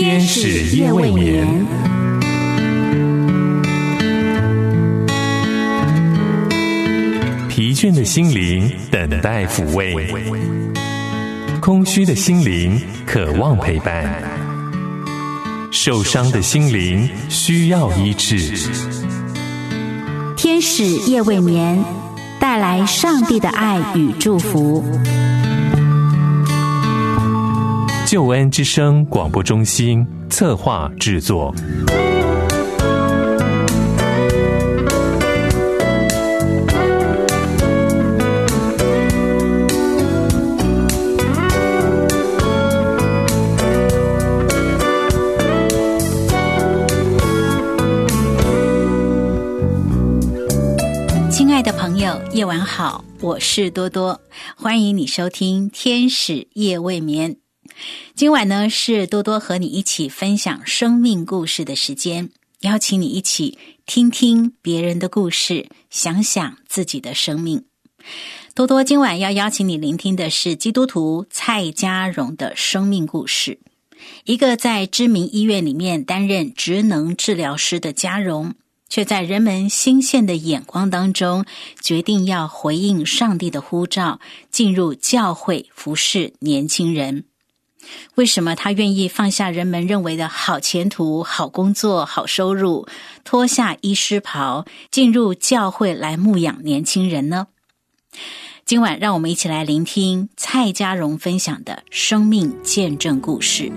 天使夜未眠。疲倦的心灵等待抚慰，空虚的心灵渴望陪伴，受伤的心灵需要医治。 天使夜未眠，带来上帝的爱与祝福。 救恩之声广播中心策划制作。 亲爱的朋友，夜晚好，我是多多，欢迎你收听天使夜未眠。今晚呢，是多多和你一起分享生命故事的时间，邀请你一起听听别人的故事，想想自己的生命。多多今晚要邀请你聆听的是基督徒蔡家荣的生命故事。一个在知名医院里面担任职能治疗师的家荣，却在人们新鲜的眼光当中，决定要回应上帝的呼召，进入教会服侍年轻人。为什么他愿意放下人们认为的好前途、好工作、好收入，脱下医师袍，进入教会来牧养年轻人呢？今晚让我们一起来聆听蔡家荣分享的生命见证故事。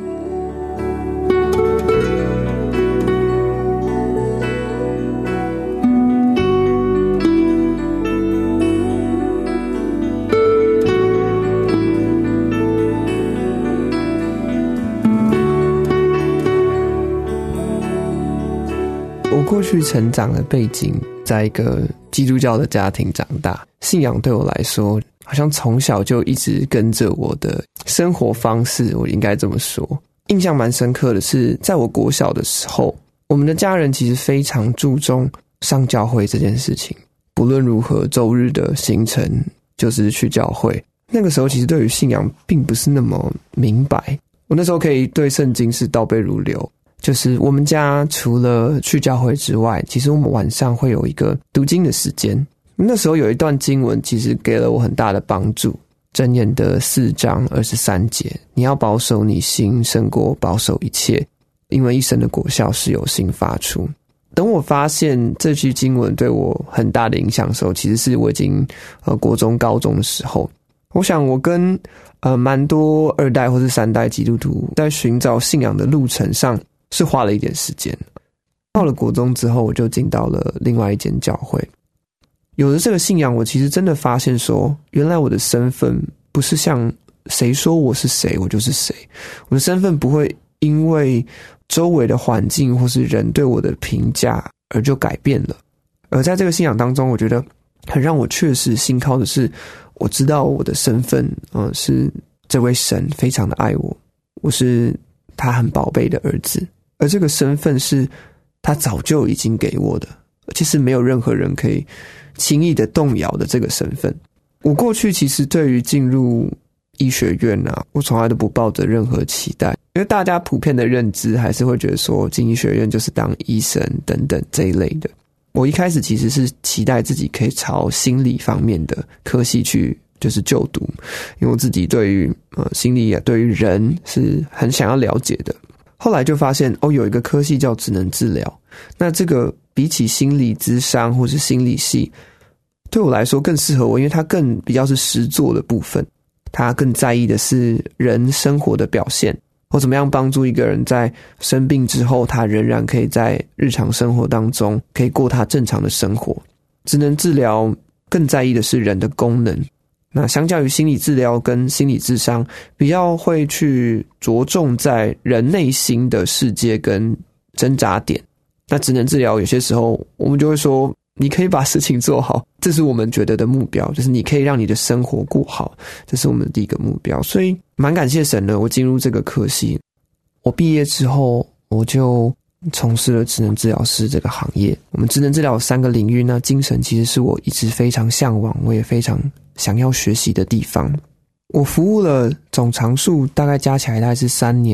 我过去成长的背景在一个基督教的家庭长大，信仰对我来说好像从小就一直跟着我的生活方式，我应该这么说。印象蛮深刻的是，在我国小的时候，我们的家人其实非常注重上教会这件事情，不论如何周日的行程就是去教会。那个时候其实对于信仰并不是那么明白，我那时候可以对圣经是倒背如流，就是我们家除了去教会之外，其实我们晚上会有一个读经的时间。那时候有一段经文其实给了我很大的帮助，箴言的4章23节，你要保守你心胜过保守一切，因为一生的果效是由心发出。等我发现这句经文对我很大的影响的时候，其实是我已经国中高中的时候。我想我跟蛮多2代或是3代基督徒在寻找信仰的路程上是花了一点时间。到了国中之后，我就进到了另外一间教会。有了这个信仰，我其实真的发现说，原来我的身份不是像谁说我是谁我就是谁，我的身份不会因为周围的环境或是人对我的评价而就改变了。而在这个信仰当中，我觉得很让我确实信靠的是，我知道我的身份是这位神非常的爱我，我是他很宝贝的儿子，而这个身份是他早就已经给我的，而且是没有任何人可以轻易的动摇的这个身份。我过去其实对于进入医学院我从来都不抱着任何期待，因为大家普遍的认知还是会觉得说进医学院就是当医生等等这一类的。我一开始其实是期待自己可以朝心理方面的科系去就是就读，因为我自己对于心理对于人是很想要了解的。后来就发现有一个科系叫职能治疗，那这个比起心理咨商或是心理系，对我来说更适合我，因为它更比较是实作的部分，它更在意的是人生活的表现，或怎么样帮助一个人在生病之后，他仍然可以在日常生活当中可以过他正常的生活。职能治疗更在意的是人的功能，那相较于心理治疗跟心理咨商，比较会去着重在人内心的世界跟挣扎点。那职能治疗有些时候我们就会说，你可以把事情做好，这是我们觉得的目标，就是你可以让你的生活过好，这是我们的第一个目标。所以蛮感谢神的，我进入这个科系，我毕业之后我就从事了职能治疗师这个行业。我们职能治疗有3个领域，那精神其实是我一直非常向往，我也非常想要学习的地方。我服务了总长数大概加起来大概是3年，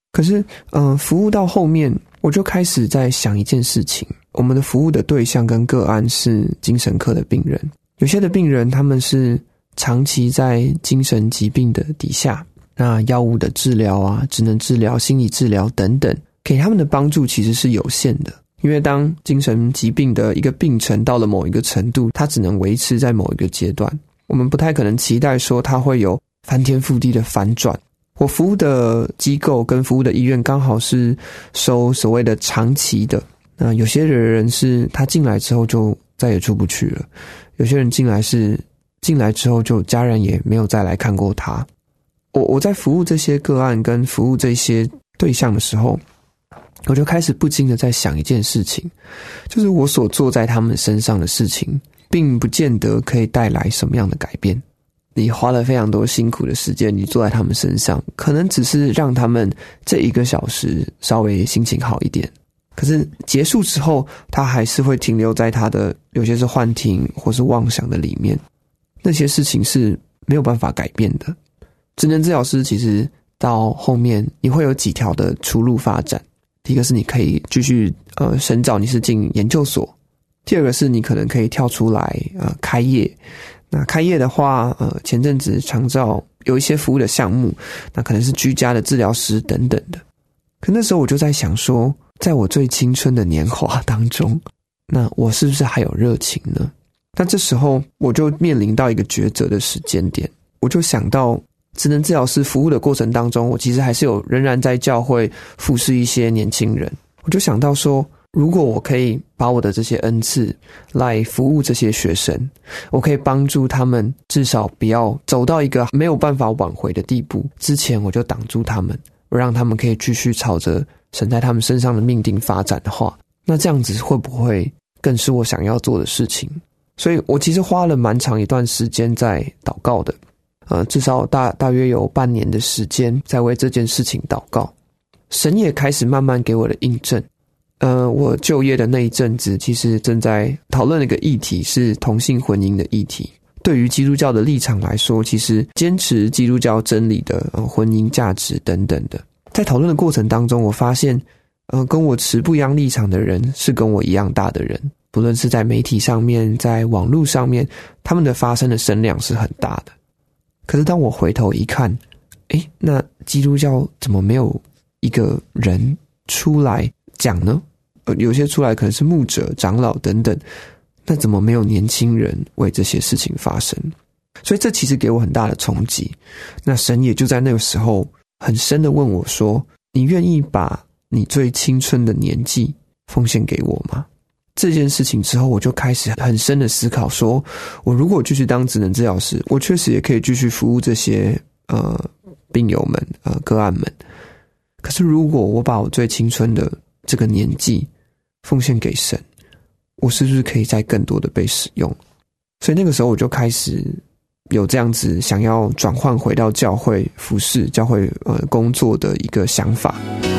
可是服务到后面，我就开始在想一件事情，我们的服务的对象跟个案是精神科的病人，有些的病人他们是长期在精神疾病的底下，那药物的治疗啊、职能治疗、心理治疗等等，给他们的帮助其实是有限的。因为当精神疾病的一个病程到了某一个程度，它只能维持在某一个阶段，我们不太可能期待说它会有翻天覆地的反转。我服务的机构跟服务的医院刚好是收所谓的长期的，那有些人是他进来之后就再也出不去了，有些人进来之后就家人也没有再来看过他。我在服务这些个案跟服务这些对象的时候，我就开始不禁的在想一件事情，就是我所做在他们身上的事情并不见得可以带来什么样的改变。你花了非常多辛苦的时间，你坐在他们身上，可能只是让他们这1个小时稍微心情好一点，可是结束之后，他还是会停留在他的有些是幻听或是妄想的里面，那些事情是没有办法改变的。职能治疗师其实到后面你会有几条的出路发展，第一个是你可以继续深造，你是进研究所，第二个是你可能可以跳出来开业。那开业的话前阵子长照有一些服务的项目，那可能是居家的治疗师等等的。可那时候我就在想说，在我最青春的年华当中，那我是不是还有热情呢？那这时候我就面临到一个抉择的时间点，我就想到职能治疗师服务的过程当中，我其实还是仍然在教会服侍一些年轻人。我就想到说，如果我可以把我的这些恩赐来服务这些学生，我可以帮助他们至少不要走到一个没有办法挽回的地步，之前我就挡住他们，我让他们可以继续朝着神在他们身上的命定发展的话，那这样子会不会更是我想要做的事情？所以我其实花了蛮长一段时间在祷告的，至少大约有半年的时间在为这件事情祷告。神也开始慢慢给我的印证。我就业的那一阵子，其实正在讨论的一个议题是同性婚姻的议题。对于基督教的立场来说，其实坚持基督教真理的婚姻价值等等的，在讨论的过程当中，我发现跟我持不一样立场的人是跟我一样大的人，不论是在媒体上面，在网络上面，他们的发声的声量是很大的。可是当我回头一看，那基督教怎么没有一个人出来讲呢？有些出来可能是牧者、长老等等，那怎么没有年轻人为这些事情发声？所以这其实给我很大的冲击。那神也就在那个时候很深的问我说，你愿意把你最青春的年纪奉献给我吗？这件事情之后，我就开始很深的思考说，我如果继续当职能治疗师，我确实也可以继续服务这些病友们、个案们。可是如果我把我最青春的这个年纪奉献给神，我是不是可以再更多的被使用？所以那个时候我就开始有这样子想要转换回到教会服侍、教会工作的一个想法。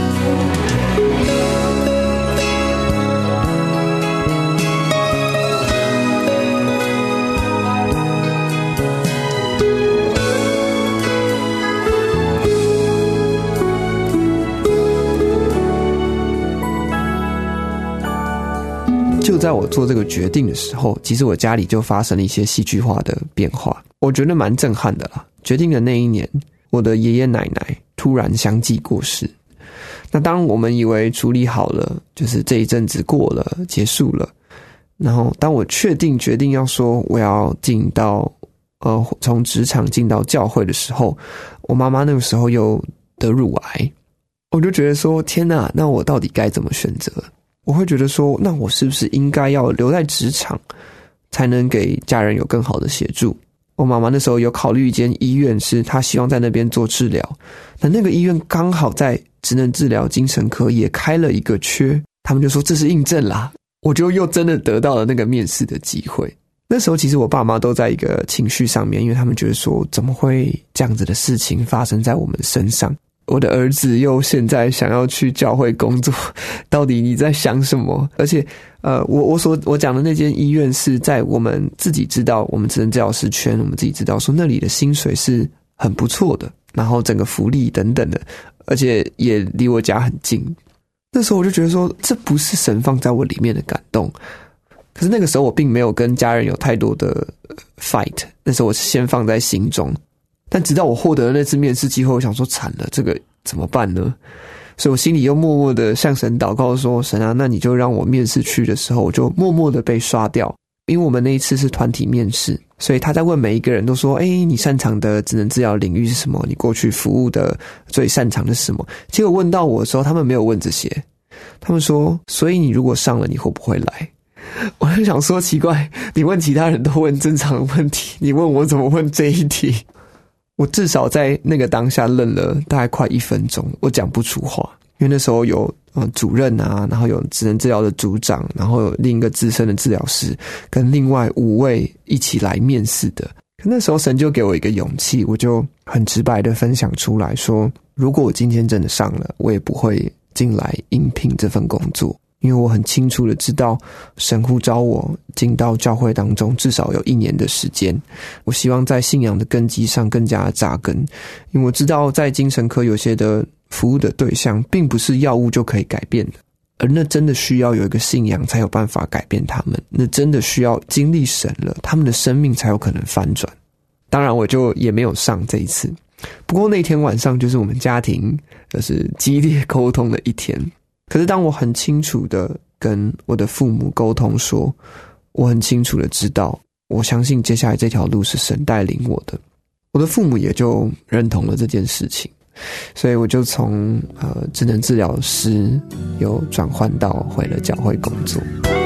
就在我做这个决定的时候，其实我家里就发生了一些戏剧化的变化，我觉得蛮震撼的啦。决定的那一年，我的爷爷奶奶突然相继过世。那当我们以为处理好了，就是这一阵子过了，结束了，然后当我决定要说我要进到从职场进到教会的时候，我妈妈那个时候又得乳癌，我就觉得说天哪，那我到底该怎么选择？我会觉得说，那我是不是应该要留在职场，才能给家人有更好的协助？我妈妈那时候有考虑一间医院，是她希望在那边做治疗，那个医院刚好在职能治疗精神科也开了一个缺，他们就说这是印证啦，我就又真的得到了那个面试的机会。那时候其实我爸妈都在一个情绪上面，因为他们觉得说怎么会这样子的事情发生在我们身上，我的儿子又现在想要去教会工作，到底你在想什么？而且我讲的那间医院是在我们自己知道，我们职能治疗师圈，我们自己知道说那里的薪水是很不错的，然后整个福利等等的而且也离我家很近。那时候我就觉得说，这不是神放在我里面的感动。可是那个时候我并没有跟家人有太多的 fight， 那时候我是先放在心中。但直到我获得了那次面试机会，我想说惨了，这个怎么办呢？所以我心里又默默的向神祷告说，神啊，那你就让我面试去的时候，我就默默的被刷掉。因为我们那一次是团体面试，所以他在问每一个人都说，你擅长的职能治疗领域是什么？你过去服务的最擅长的是什么？结果问到我的时候，他们没有问这些，他们说，所以你如果上了，你会不会来？我就想说奇怪，你问其他人都问正常的问题，你问我怎么问这一题？我至少在那个当下愣了大概快1分钟，我讲不出话。因为那时候有主任啊，然后有职能治疗的组长，然后有另一个资深的治疗师，跟另外5位一起来面试的。可那时候神就给我一个勇气，我就很直白的分享出来说，如果我今天真的上了，我也不会进来应聘这份工作。因为我很清楚的知道神呼召我进到教会当中至少有1年的时间，我希望在信仰的根基上更加的扎根。因为我知道在精神科有些的服务的对象并不是药物就可以改变的，而那真的需要有一个信仰才有办法改变他们，那真的需要经历神了，他们的生命才有可能翻转。当然我就也没有上这一次，不过那天晚上就是我们家庭就是激烈沟通的一天。可是当我很清楚的跟我的父母沟通说，我很清楚的知道，我相信接下来这条路是神带领我的，我的父母也就认同了这件事情。所以我就从职能治疗师又转换到回了教会工作。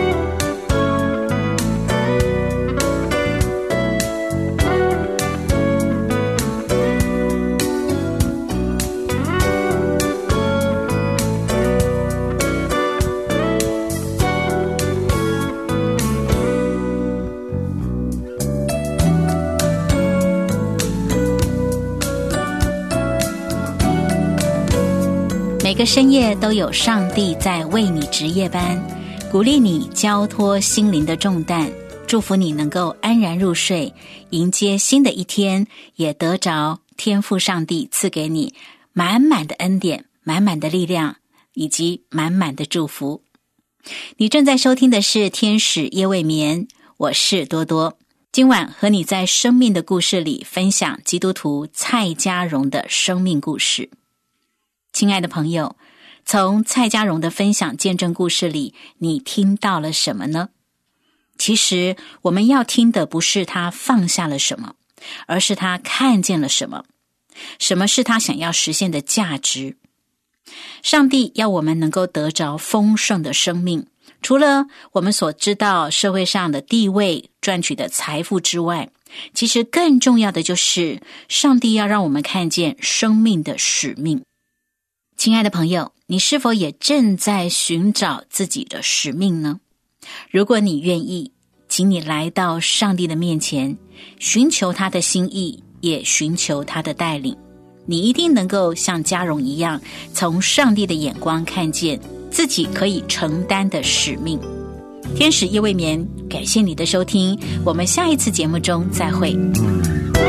每个深夜都有上帝在为你值夜班，鼓励你交托心灵的重担，祝福你能够安然入睡，迎接新的一天，也得着天父上帝赐给你满满的恩典，满满的力量，以及满满的祝福。你正在收听的是天使夜未眠，我是多多。今晚和你在生命的故事里分享基督徒蔡家荣的生命故事。亲爱的朋友，从蔡家荣的分享见证故事里，你听到了什么呢？其实我们要听的不是他放下了什么，而是他看见了什么，什么是他想要实现的价值。上帝要我们能够得着丰盛的生命，除了我们所知道社会上的地位、赚取的财富之外，其实更重要的就是上帝要让我们看见生命的使命。亲爱的朋友，你是否也正在寻找自己的使命呢？如果你愿意，请你来到上帝的面前，寻求他的心意，也寻求他的带领。你一定能够像家荣一样，从上帝的眼光看见自己可以承担的使命。天使夜未眠，感谢你的收听，我们下一次节目中再会。